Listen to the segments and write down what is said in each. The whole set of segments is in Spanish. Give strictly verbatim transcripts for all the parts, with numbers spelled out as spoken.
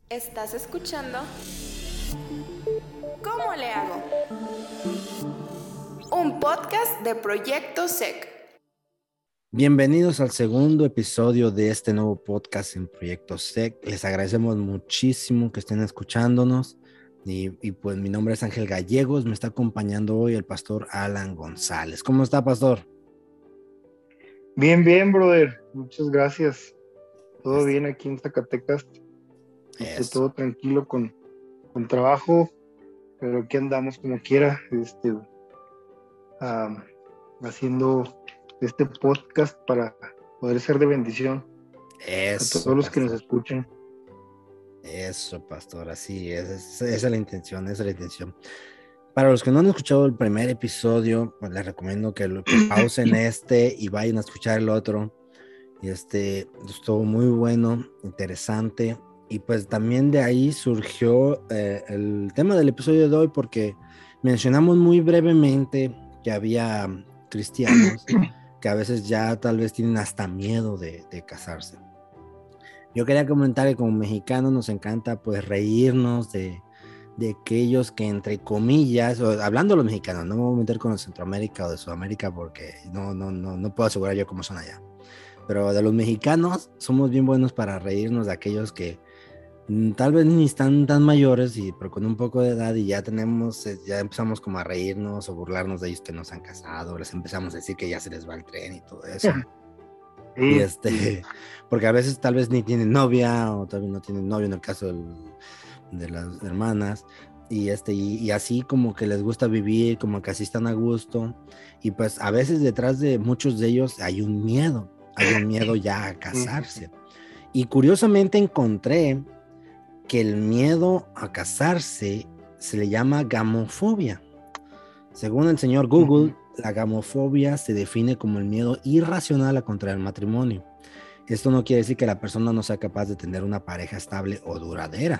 Estás escuchando ¿Cómo le hago? Un podcast de Proyecto S E C. Bienvenidos al segundo episodio de este nuevo podcast en Proyecto S E C. Les agradecemos muchísimo que estén escuchándonos y, y pues mi nombre es Ángel Gallegos. Me está acompañando hoy el pastor Alan González. ¿Cómo está, pastor? Bien, bien, brother. Muchas gracias. Todo bien aquí en Zacatecas. Este, todo tranquilo con, con trabajo, pero aquí andamos como quiera, este, um, haciendo este podcast para poder ser de bendición Eso, a todos los pastor. que nos escuchen. Eso, pastor, así es. Esa es la intención, esa es la intención. Para los que no han escuchado el primer episodio, pues les recomiendo que, lo, que pausen este y vayan a escuchar el otro. Y este estuvo muy bueno, interesante. Y pues también de ahí surgió eh, el tema del episodio de hoy, porque mencionamos muy brevemente que había cristianos que a veces ya tal vez tienen hasta miedo de, de casarse. Yo quería comentar que como mexicanos nos encanta pues reírnos de, de aquellos que entre comillas, o, hablando de los mexicanos, no me voy a meter con los Centroamérica o de Sudamérica porque no, no, no, no puedo asegurar yo cómo son allá. Pero de los mexicanos somos bien buenos para reírnos de aquellos que mm, tal vez ni están tan mayores, y, pero con un poco de edad y ya tenemos, ya empezamos como a reírnos o burlarnos de ellos que no se han casado, les empezamos a decir que ya se les va el tren y todo eso. Sí, Y este, sí. porque a veces tal vez ni tienen novia o tal vez no tienen novio en el caso del, de las hermanas. Y, este, y, y así como que les gusta vivir, como que así están a gusto. Y pues a veces detrás de muchos de ellos hay un miedo, hay un miedo ya a casarse. Y curiosamente encontré que el miedo a casarse se le llama gamofobia. Según el señor Google, uh-huh. La gamofobia se define como el miedo irracional a contraer matrimonio. Esto no quiere decir que la persona no sea capaz de tener una pareja estable o duradera.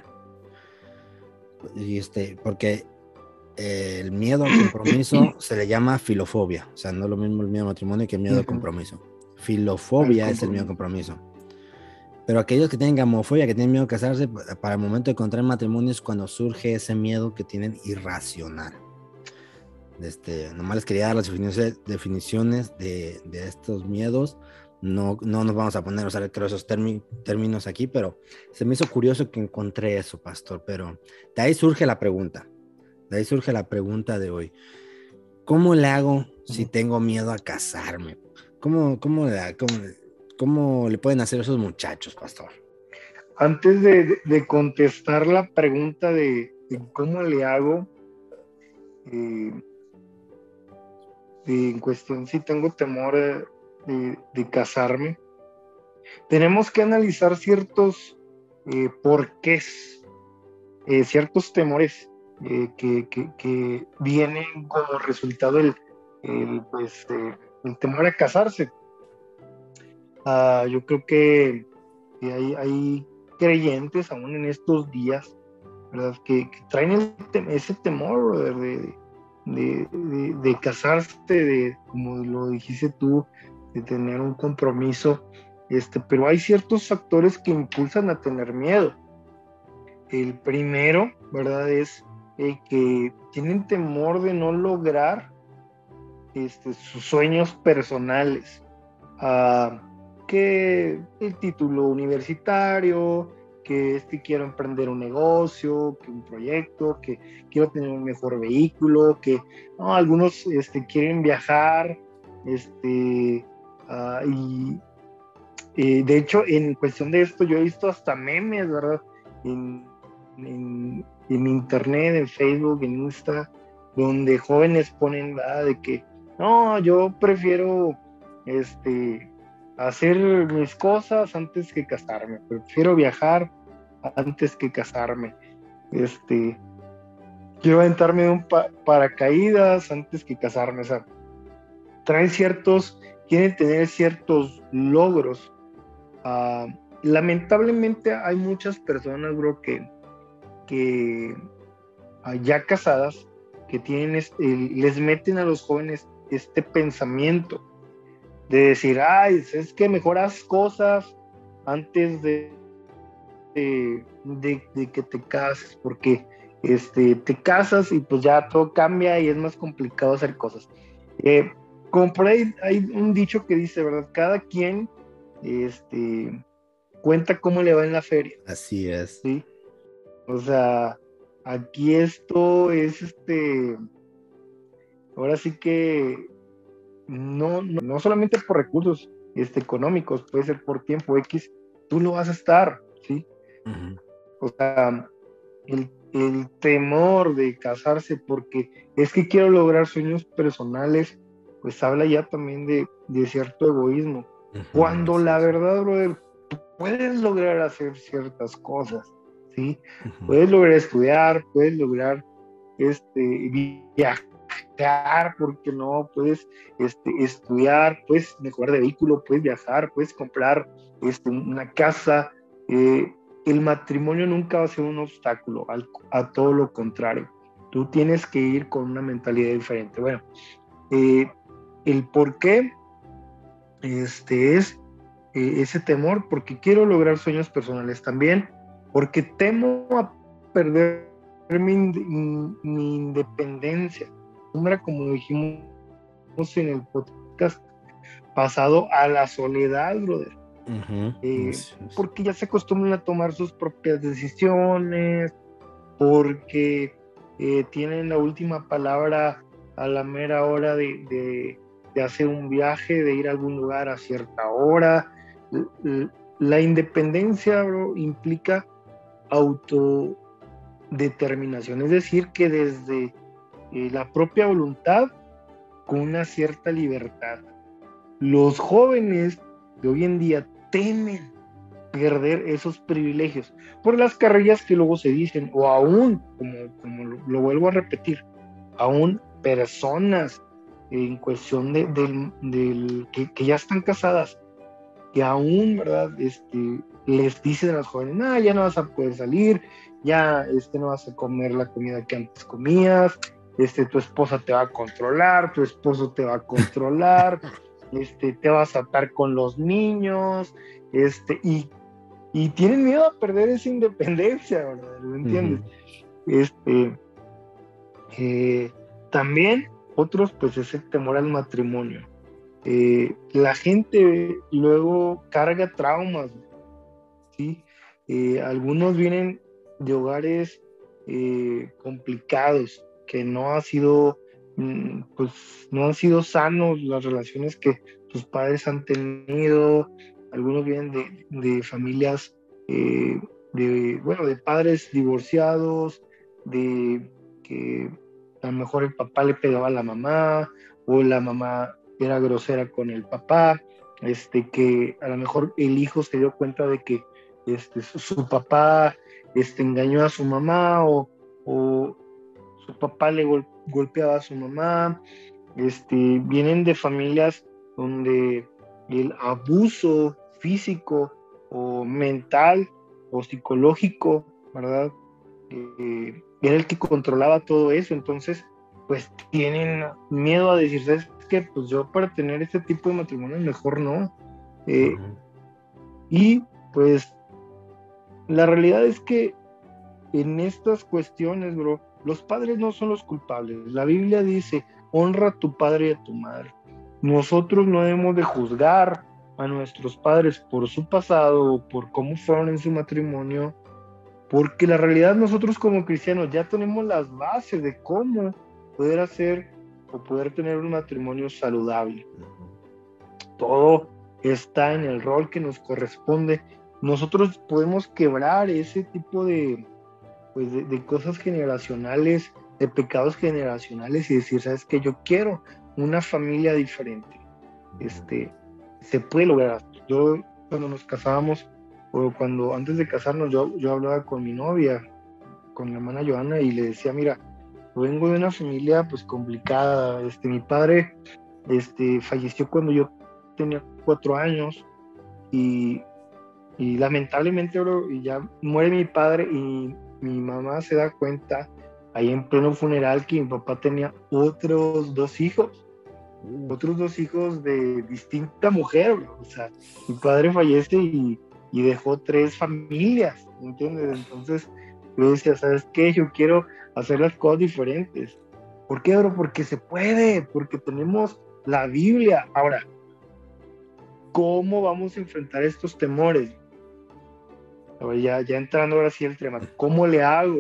Y este, porque eh, el miedo al compromiso se le llama filofobia. O sea, no es lo mismo el miedo al matrimonio que el miedo uh-huh. al compromiso. Filofobia es el miedo al compromiso. Pero aquellos que tienen gamofobia, que tienen miedo a casarse, para el momento de contraer matrimonio es cuando surge ese miedo que tienen irracional. Este, nomás les quería dar las definiciones, definiciones de, de estos miedos. No, no nos vamos a poner a usar creo, esos termi, términos aquí, pero se me hizo curioso que encontré eso, pastor. Pero de ahí surge la pregunta. De ahí surge la pregunta de hoy. ¿Cómo le hago si tengo miedo a casarme? ¿Cómo, cómo, le, cómo, cómo le pueden hacer esos muchachos, pastor? Antes de, de contestar la pregunta de, de cómo le hago, eh, de, en cuestión si tengo temor de, de, de casarme, tenemos que analizar ciertos eh, porqués, eh, ciertos temores eh, que, que, que vienen como resultado del el, pues, eh, el temor a casarse. Uh, yo creo que, que hay, hay creyentes aún en estos días, ¿verdad? Que, que traen el, ese temor de, de, de, de, de casarse, de, como lo dijiste tú, de tener un compromiso, este, pero hay ciertos factores que impulsan a tener miedo. El primero, ¿verdad? Es eh, que tienen temor de no lograr este, sus sueños personales. Uh, que el título universitario, que es que quiero emprender un negocio, que un proyecto, que quiero tener un mejor vehículo, que no, algunos este, quieren viajar, este, uh, y eh, de hecho en cuestión de esto yo he visto hasta memes, ¿verdad? En, en, en internet, en Facebook, en Insta, donde jóvenes ponen, ¿verdad? De que no, yo prefiero este hacer mis cosas antes que casarme, prefiero viajar antes que casarme, este, quiero aventarme de un pa- paracaídas antes que casarme, o sea, traen ciertos, quieren tener ciertos logros. Uh, lamentablemente hay muchas personas, bro, que, que uh, ya casadas, que tienen este, les meten a los jóvenes este pensamiento de decir, ay, es que mejor haz cosas antes de, de, de, de que te cases, porque este, te casas y pues ya todo cambia y es más complicado hacer cosas. Eh, como por ahí hay un dicho que dice, ¿verdad? Cada quien este, cuenta cómo le va en la feria, Así es. ¿sí? O sea, aquí esto es este, ahora sí que no, no, no solamente por recursos este, económicos, puede ser por tiempo X, tú lo vas a estar, ¿sí? Uh-huh. O sea, el, el temor de casarse porque es que quiero lograr sueños personales, pues habla ya también de, de cierto egoísmo. Uh-huh. Cuando sí, la sí. verdad, brother, tú puedes lograr hacer ciertas cosas, ¿sí? Uh-huh. Puedes lograr estudiar, puedes lograr este, viajar, porque no, puedes este, estudiar, puedes mejorar de vehículo, puedes viajar, puedes comprar este, una casa. Eh, el matrimonio nunca va a ser un obstáculo, al, a todo lo contrario. Tú tienes que ir con una mentalidad diferente. Bueno, eh, el por qué este, es eh, ese temor, porque quiero lograr sueños personales también, porque temo a perder mi, mi independencia. Hombre, como dijimos en el podcast pasado, a la soledad, brother. Uh-huh. Eh, sí, sí. porque ya se acostumbran a tomar sus propias decisiones, porque eh, tienen la última palabra a la mera hora de, de, de hacer un viaje, de ir a algún lugar a cierta hora. La independencia, bro, implica autodeterminación, es decir, que desde eh, la propia voluntad, con una cierta libertad. Los jóvenes de hoy en día temen perder esos privilegios por las carrillas que luego se dicen, o aún, como, como lo, lo vuelvo a repetir, aún personas en cuestión de, del, del que, que ya están casadas, que aún, ¿verdad? Este, les dicen a los jóvenes, no, ya no vas a poder salir, ya este, no vas a comer la comida que antes comías, este, tu esposa te va a controlar, tu esposo te va a controlar, este, te vas a atar con los niños, este, y, y tienen miedo a perder esa independencia, ¿verdad? ¿Me entiendes? Uh-huh. Este, eh, también otros, pues es el temor al matrimonio. Eh, la gente luego carga traumas, ¿sí? Eh, algunos vienen de hogares eh, complicados, que no ha sido, pues, no han sido sanos las relaciones que sus padres han tenido. Algunos vienen de, de familias, eh, de, bueno, de padres divorciados, de que a lo mejor el papá le pegaba a la mamá, o la mamá era grosera con el papá, este, que a lo mejor el hijo se dio cuenta de que este, su, su papá este, engañó a su mamá, o, o su papá le gol, golpeaba a su mamá. Este, vienen de familias donde el abuso físico o mental o psicológico, ¿verdad? Eh, era el que controlaba todo eso. Entonces, pues tienen miedo a decir, ¿sabes qué? Pues yo para tener este tipo de matrimonio mejor no. Eh, uh-huh. Y pues la realidad es que en estas cuestiones, bro, los padres no son los culpables. La Biblia dice, honra a tu padre y a tu madre. Nosotros no debemos de juzgar a nuestros padres por su pasado o por cómo fueron en su matrimonio, porque la realidad nosotros como cristianos ya tenemos las bases de cómo poder hacer o poder tener un matrimonio saludable. Todo está en el rol que nos corresponde. Nosotros podemos quebrar ese tipo de, pues de, de cosas generacionales, de pecados generacionales, y decir, ¿sabes qué? Yo quiero una familia diferente. Este, se puede lograr. Yo, cuando nos casábamos, o cuando antes de casarnos, yo, yo hablaba con mi novia, con mi hermana Joana, y le decía, mira, yo vengo de una familia pues complicada. Este, mi padre este, falleció cuando yo tenía cuatro años, y, y lamentablemente, bro, y ya muere mi padre, y mi mamá se da cuenta ahí en pleno funeral que mi papá tenía otros dos hijos, otros dos hijos de distinta mujer, bro. O sea, mi padre fallece y, y dejó tres familias, ¿entiendes? Entonces yo decía, ¿sabes qué? Yo quiero hacer las cosas diferentes. ¿Por qué, bro? Porque se puede, porque tenemos la Biblia. Ahora, ¿cómo vamos a enfrentar estos temores? A ver, ya, ya entrando ahora sí el tema, ¿cómo le hago?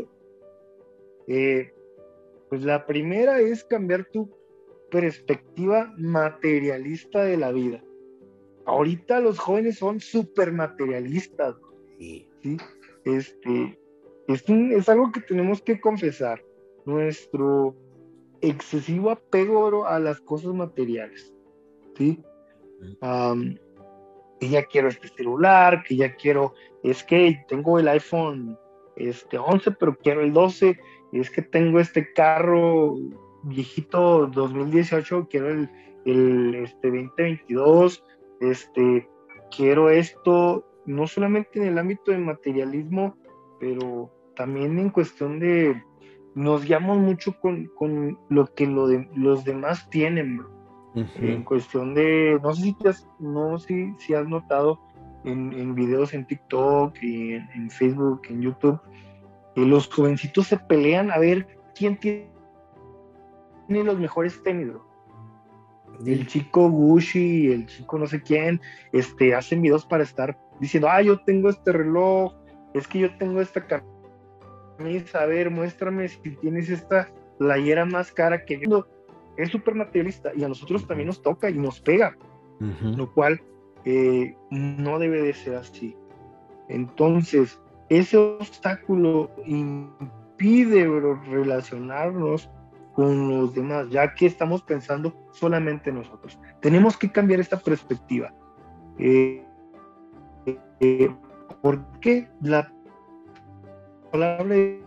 Eh, pues la primera es cambiar tu perspectiva materialista de la vida. Ahorita los jóvenes son súper materialistas, Sí. ¿sí? Este, es, un, es algo que tenemos que confesar, nuestro excesivo apego, bro, a las cosas materiales, ¿sí? Um, que ya quiero este celular, que ya quiero, es que tengo el iPhone este once, pero quiero el doce, y es que tengo este carro viejito dos mil dieciocho, quiero el, el este veinte veintidós, este, quiero esto, no solamente en el ámbito de materialismo, pero también en cuestión de, nos guiamos mucho con, con lo que lo de, los demás tienen, bro. Uh-huh. En cuestión de, no sé si te has, no sé si has notado en, en videos en TikTok y en, en Facebook, en YouTube, que los jovencitos se pelean a ver quién tiene los mejores tenis, bro. Sí. El chico Gucci, el chico no sé quién, este, hacen videos para estar diciendo, ah, yo tengo este reloj, es que yo tengo esta camisa, a ver, muéstrame si tienes esta playera más cara que yo. Es súper materialista y a nosotros también nos toca y nos pega, uh-huh. Lo cual eh, no debe de ser así. Entonces, ese obstáculo impide, bro, relacionarnos con los demás, ya que estamos pensando solamente en nosotros. Tenemos que cambiar esta perspectiva. Eh, eh, ¿Por qué? La palabra de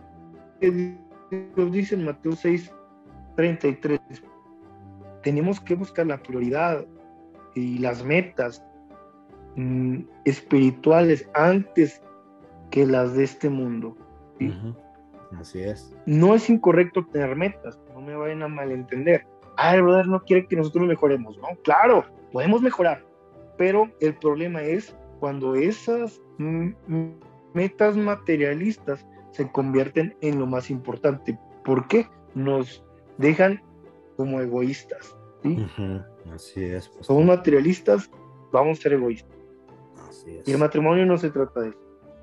Dios dice en Mateo seis treinta y tres, tenemos que buscar la prioridad y las metas mm, espirituales antes que las de este mundo, ¿sí? Uh-huh. Así es. No es incorrecto tener metas, no me vayan a malentender. Ah, el brother no quiere que nosotros mejoremos, ¿no? Claro, podemos mejorar, pero el problema es cuando esas mm, metas materialistas se convierten en lo más importante. ¿Por qué? Nos dejan como egoístas, ¿sí? Uh-huh. Así es. Pues, somos materialistas, vamos a ser egoístas. Así es. Y el matrimonio no se trata de eso.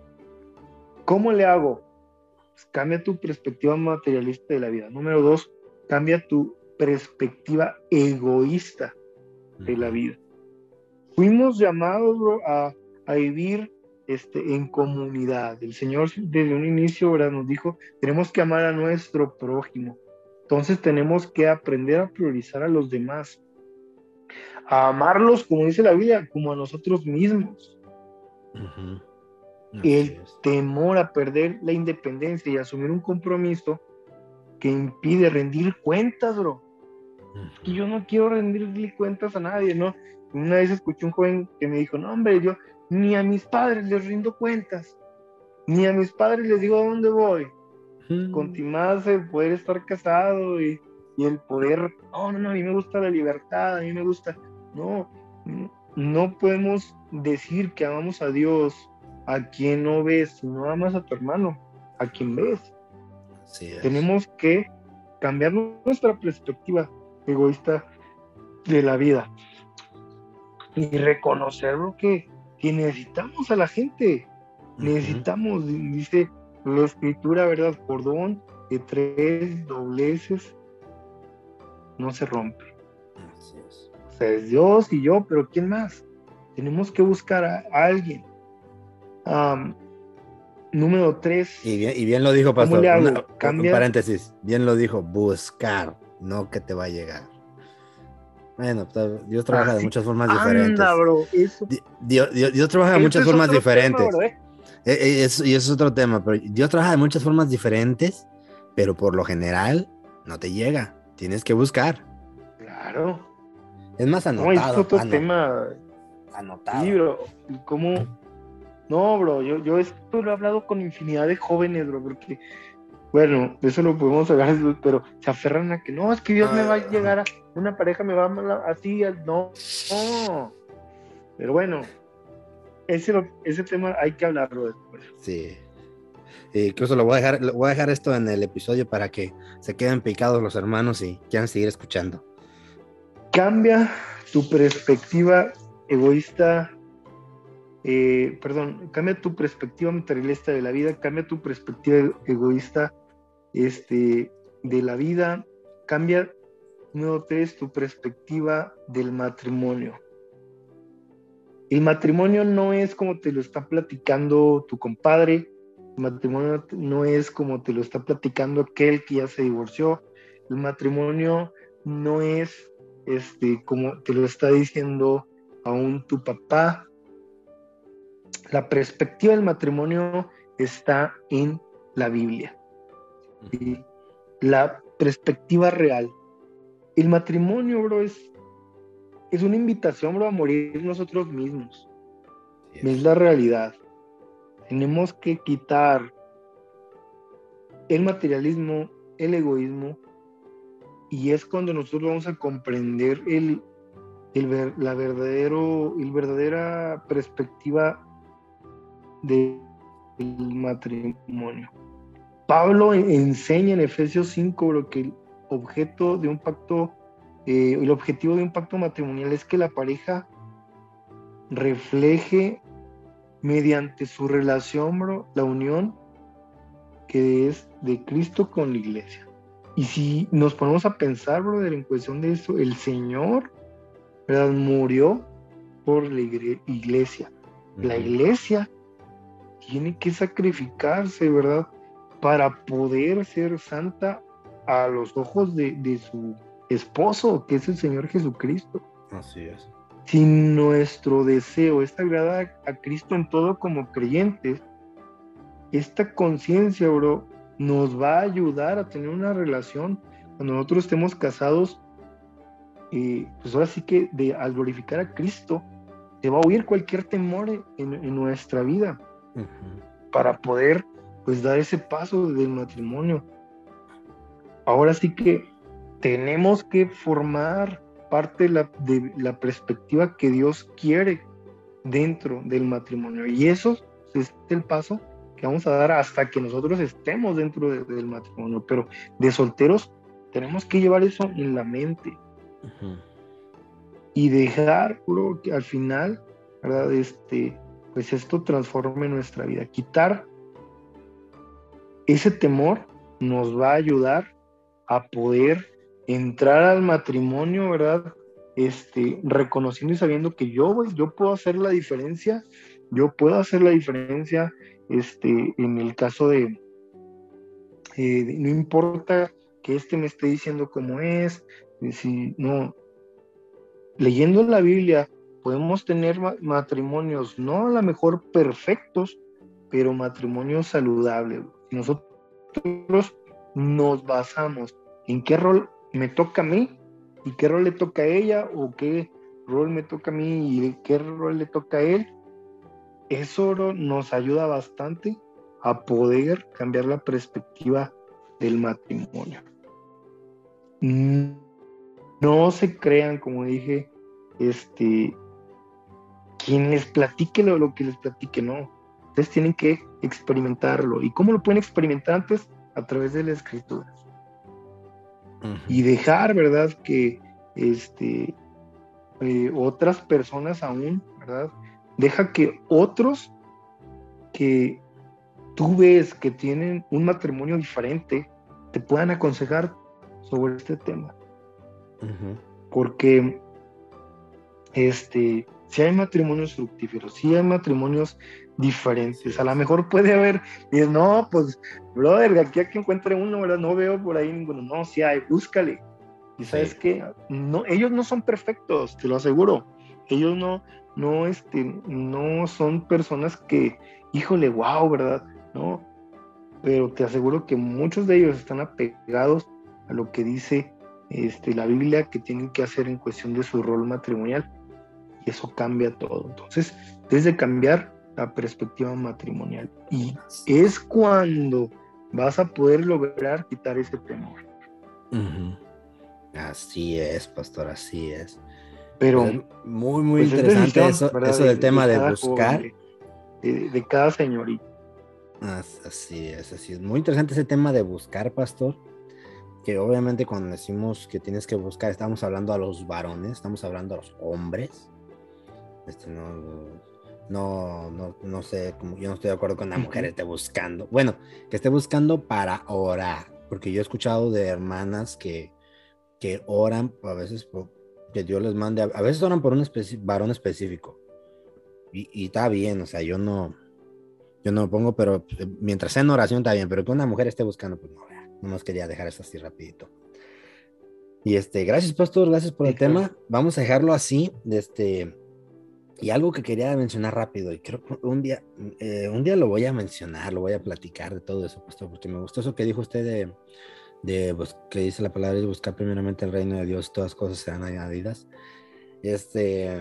¿Cómo le hago? Pues cambia tu perspectiva materialista de la vida. Número dos, cambia tu perspectiva egoísta de uh-huh. la vida. Fuimos llamados, bro, a, a vivir este, en comunidad. El Señor desde un inicio, ¿verdad?, nos dijo, tenemos que amar a nuestro prójimo. Entonces tenemos que aprender a priorizar a los demás, a amarlos, como dice la Biblia, como a nosotros mismos. Uh-huh. El es. temor a perder la independencia y asumir un compromiso que impide rendir cuentas, bro. Uh-huh. Y yo no quiero rendirle cuentas a nadie, ¿no? Una vez escuché un joven que me dijo, no, hombre, yo ni a mis padres les rindo cuentas, ni a mis padres les digo a dónde voy. Continuas el poder estar casado y, y el poder, no, no, no, a mí me gusta la libertad, a mí me gusta, no, no podemos decir que amamos a Dios a quien no ves, sino amas a tu hermano, a quien ves. Sí, tenemos que cambiar nuestra perspectiva egoísta de la vida y reconocer lo que, que necesitamos a la gente, uh-huh. necesitamos, dice la escritura, ¿verdad? Cordón de tres dobleces no se rompe. Así es. O sea, es Dios y yo, pero ¿quién más? Tenemos que buscar a, a alguien. Um, número tres. Y bien, y bien lo dijo, pastor. Una, un paréntesis. Bien lo dijo, buscar, no que te va a llegar. Bueno, Dios trabaja ah, de muchas formas anda, diferentes. Bro, eso. Dios, Dios, Dios trabaja de muchas formas diferentes. Tema, bro, ¿eh? Eh, es, y eso es otro tema, pero Dios trabaja de muchas formas diferentes, pero por lo general no te llega, tienes que buscar. Claro. Es más anotado. No, es otro anot- tema. Anotado. Sí, bro, ¿cómo? No, bro, yo, yo esto lo he hablado con infinidad de jóvenes, bro, porque, bueno, eso lo podemos hablar, pero se aferran a que, no, es que Dios me va a llegar a, una pareja me va a así, no, no. Pero bueno, ese, lo- ese tema hay que hablarlo después. Sí. E incluso lo voy a dejar, lo voy a dejar esto en el episodio para que se queden picados los hermanos y quieran seguir escuchando. Cambia tu perspectiva egoísta, eh, perdón, cambia tu perspectiva materialista de la vida, cambia tu perspectiva egoísta este, de la vida, cambia, número tres, tu perspectiva del matrimonio. El matrimonio no es como te lo está platicando tu compadre, el matrimonio no es como te lo está platicando aquel que ya se divorció, el matrimonio no es este, como te lo está diciendo aún tu papá. La perspectiva del matrimonio está en la Biblia, ¿sí? La perspectiva real. El matrimonio, bro, es, es una invitación, bro, a morir nosotros mismos. Yes. Es la realidad. Tenemos que quitar el materialismo, el egoísmo, y es cuando nosotros vamos a comprender el, el, ver, la verdadero, el verdadera perspectiva del matrimonio. Pablo enseña en Efesios cinco, bro, que el objeto de un pacto, eh, el objetivo de un pacto matrimonial es que la pareja refleje mediante su relación, bro, la unión que es de Cristo con la iglesia. Y si nos ponemos a pensar, brother, en cuestión de eso, el Señor, ¿verdad?, murió por la iglesia. Uh-huh. La iglesia tiene que sacrificarse, ¿verdad?, para poder ser santa a los ojos de, de su esposo, que es el Señor Jesucristo. Así es. Si nuestro deseo es agradar a Cristo en todo como creyentes, esta conciencia, bro, nos va a ayudar a tener una relación cuando nosotros estemos casados. Eh, pues ahora sí que de, al glorificar a Cristo, se va a huir cualquier temor en, en nuestra vida, uh-huh, para poder pues dar ese paso del matrimonio. Ahora sí que tenemos que formar parte de la, de la perspectiva que Dios quiere dentro del matrimonio, y eso es el paso que vamos a dar hasta que nosotros estemos dentro de, del matrimonio. Pero de solteros tenemos que llevar eso en la mente, uh-huh, y dejar, bro, que al final, ¿verdad?, este, pues esto transforme nuestra vida. Quitar ese temor nos va a ayudar a poder entrar al matrimonio, ¿verdad?, este, reconociendo y sabiendo que yo, pues, yo puedo hacer la diferencia, yo puedo hacer la diferencia, este, en el caso de, eh, de no importa que este me esté diciendo cómo es, si no, leyendo la Biblia podemos tener matrimonios, no a lo mejor perfectos, pero matrimonios saludables. Nosotros nos basamos en qué rol me toca a mí y qué rol le toca a ella, o qué rol me toca a mí y qué rol le toca a él. Eso nos ayuda bastante a poder cambiar la perspectiva del matrimonio. No se crean, como dije, este, quien les platique lo, lo que les platique, no. Ustedes tienen que experimentarlo. ¿Y cómo lo pueden experimentar antes? A través de la escritura. Uh-huh. Y dejar, ¿verdad?, que este, eh, otras personas aún, ¿verdad?, deja que otros que tú ves que tienen un matrimonio diferente te puedan aconsejar sobre este tema. Uh-huh. Porque este, si hay matrimonios fructíferos, si hay matrimonios diferentes, a lo mejor puede haber, y no, pues, brother, aquí a que encuentre uno, ¿verdad?, no veo por ahí ninguno. No, sí hay, búscale. Y sabes sí. que no, ellos no son perfectos, te lo aseguro. Ellos no, no, este, no son personas que, híjole, wow, ¿verdad? No, pero te aseguro que muchos de ellos están apegados a lo que dice este, la Biblia que tienen que hacer en cuestión de su rol matrimonial, y eso cambia todo. Entonces, desde cambiar la perspectiva matrimonial, y es cuando vas a poder lograr quitar ese temor. Uh-huh. Así es, pastor, así es. Pero pues muy, muy pues interesante decisión, eso, ¿verdad?, eso de, del tema de, de buscar, joven. de, de cada señorita. Así es, así es. Muy interesante ese tema de buscar, pastor. Que obviamente cuando decimos que tienes que buscar, estamos hablando a los varones, estamos hablando a los hombres. Este, no, no, no, no sé, como yo no estoy de acuerdo con la mujer esté buscando. Bueno, que esté buscando para orar, porque yo he escuchado de hermanas que, que oran a veces por, que Dios les mande, a veces oran por un especi- varón específico. Y, y está bien, o sea, yo no, yo no lo pongo, pero mientras sea en oración está bien, pero que una mujer esté buscando, pues no, no nos quería dejar eso así rapidito. Y este, gracias, pastor, gracias por el Sí, claro. tema. Vamos a dejarlo así, este, y algo que quería mencionar rápido, y creo que un día, eh, un día lo voy a mencionar, lo voy a platicar de todo eso, pastor, porque me gustó eso que dijo usted de, de pues, que dice la palabra de buscar primeramente el reino de Dios, todas cosas serán añadidas. Este,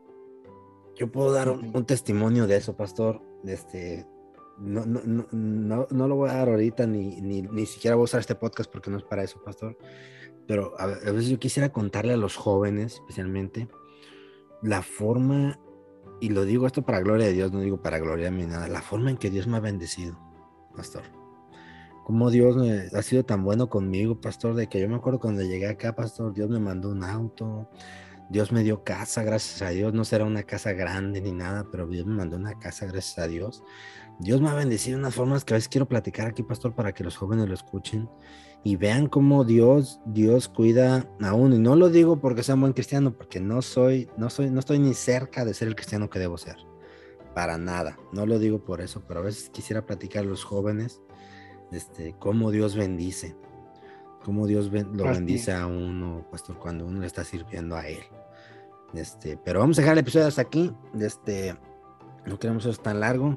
yo puedo dar un, un testimonio de eso, pastor. Este, no, no, no, no, no lo voy a dar ahorita, ni, ni, ni siquiera voy a usar este podcast porque no es para eso, pastor. Pero a, a veces yo quisiera contarle a los jóvenes, especialmente, la forma, y lo digo esto para gloria de Dios, no digo para gloria de mí nada, la forma en que Dios me ha bendecido, pastor. Cómo Dios me, ha sido tan bueno conmigo, pastor, de que yo me acuerdo cuando llegué acá, pastor, Dios me mandó un auto, Dios me dio casa, gracias a Dios. No será una casa grande ni nada, pero Dios me mandó una casa, gracias a Dios. Dios me ha bendecido de unas formas que a veces quiero platicar aquí, pastor, para que los jóvenes lo escuchen y vean cómo Dios, Dios cuida a uno. Y no lo digo porque sea un buen cristiano, porque no soy, no soy, no estoy ni cerca de ser el cristiano que debo ser. Para nada. No lo digo por eso, pero a veces quisiera platicar a los jóvenes, este, cómo Dios bendice. Cómo Dios ben, lo Así bendice es. a uno, pastor, cuando uno le está sirviendo a Él. Este, pero vamos a dejar el episodio hasta aquí. Este, no queremos ser tan largo.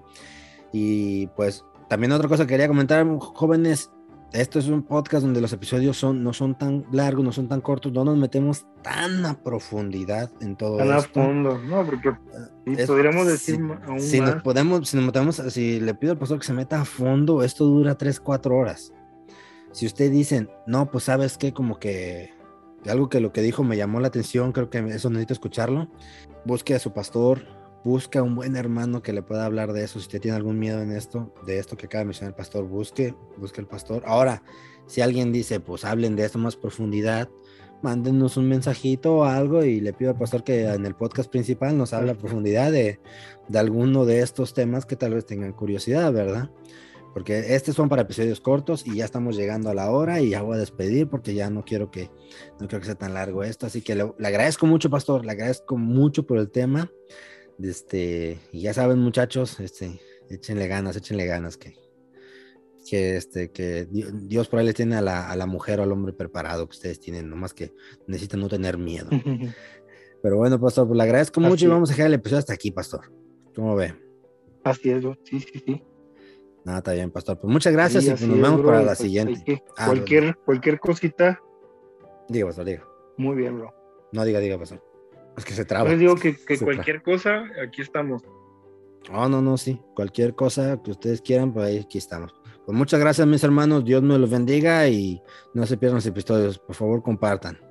Y pues también otra cosa que quería comentar, jóvenes, esto es un podcast donde los episodios son, no son tan largos, no son tan cortos, no nos metemos tan a profundidad en todo Tan a esto. fondo, no, porque sí, Es, podríamos decir si, aún si nos más. podemos, si nos metemos, si le pido al pastor que se meta a fondo, esto dura tres, cuatro horas. Si usted dicen, no, pues sabes que como que algo que lo que dijo me llamó la atención, creo que eso necesito escucharlo, busque a su pastor, busca un buen hermano que le pueda hablar de eso. Si usted tiene algún miedo en esto, de esto que acaba de mencionar el pastor, busque, busque el pastor. Ahora, si alguien dice, pues hablen de esto más profundidad, mándenos un mensajito o algo y le pido al pastor que en el podcast principal nos hable a profundidad de, de alguno de estos temas que tal vez tengan curiosidad, ¿verdad? Porque estos son para episodios cortos y ya estamos llegando a la hora y ya voy a despedir porque ya no quiero que, no quiero que sea tan largo esto. Así que le, le agradezco mucho, pastor, le agradezco mucho por el tema. Este, y ya saben, muchachos, este, échenle ganas, échenle ganas, que, que, este, que Dios por ahí les tiene a la, a la mujer o al hombre preparado que ustedes tienen, nomás que necesitan no tener miedo. Pero bueno, pastor, pues le agradezco mucho Así y es. vamos a dejar el episodio hasta aquí, pastor. ¿Cómo ve? Así es, bro. Sí, sí, sí. Nada, está bien, pastor. Pues muchas gracias Sí, y pues así nos es, vemos bro. para Y la pues hay siguiente. que, Ah, cualquier, cualquier cosita, diga, pastor, diga. muy bien, bro. No diga, diga, pastor. Es que se Yo traba. les digo que, que Se cualquier cosa, aquí estamos. traba. Oh, no, no, sí. Cualquier cosa que ustedes quieran, pues ahí aquí estamos. Pues muchas gracias, mis hermanos. Dios me los bendiga y no se pierdan los episodios. Por favor, compartan.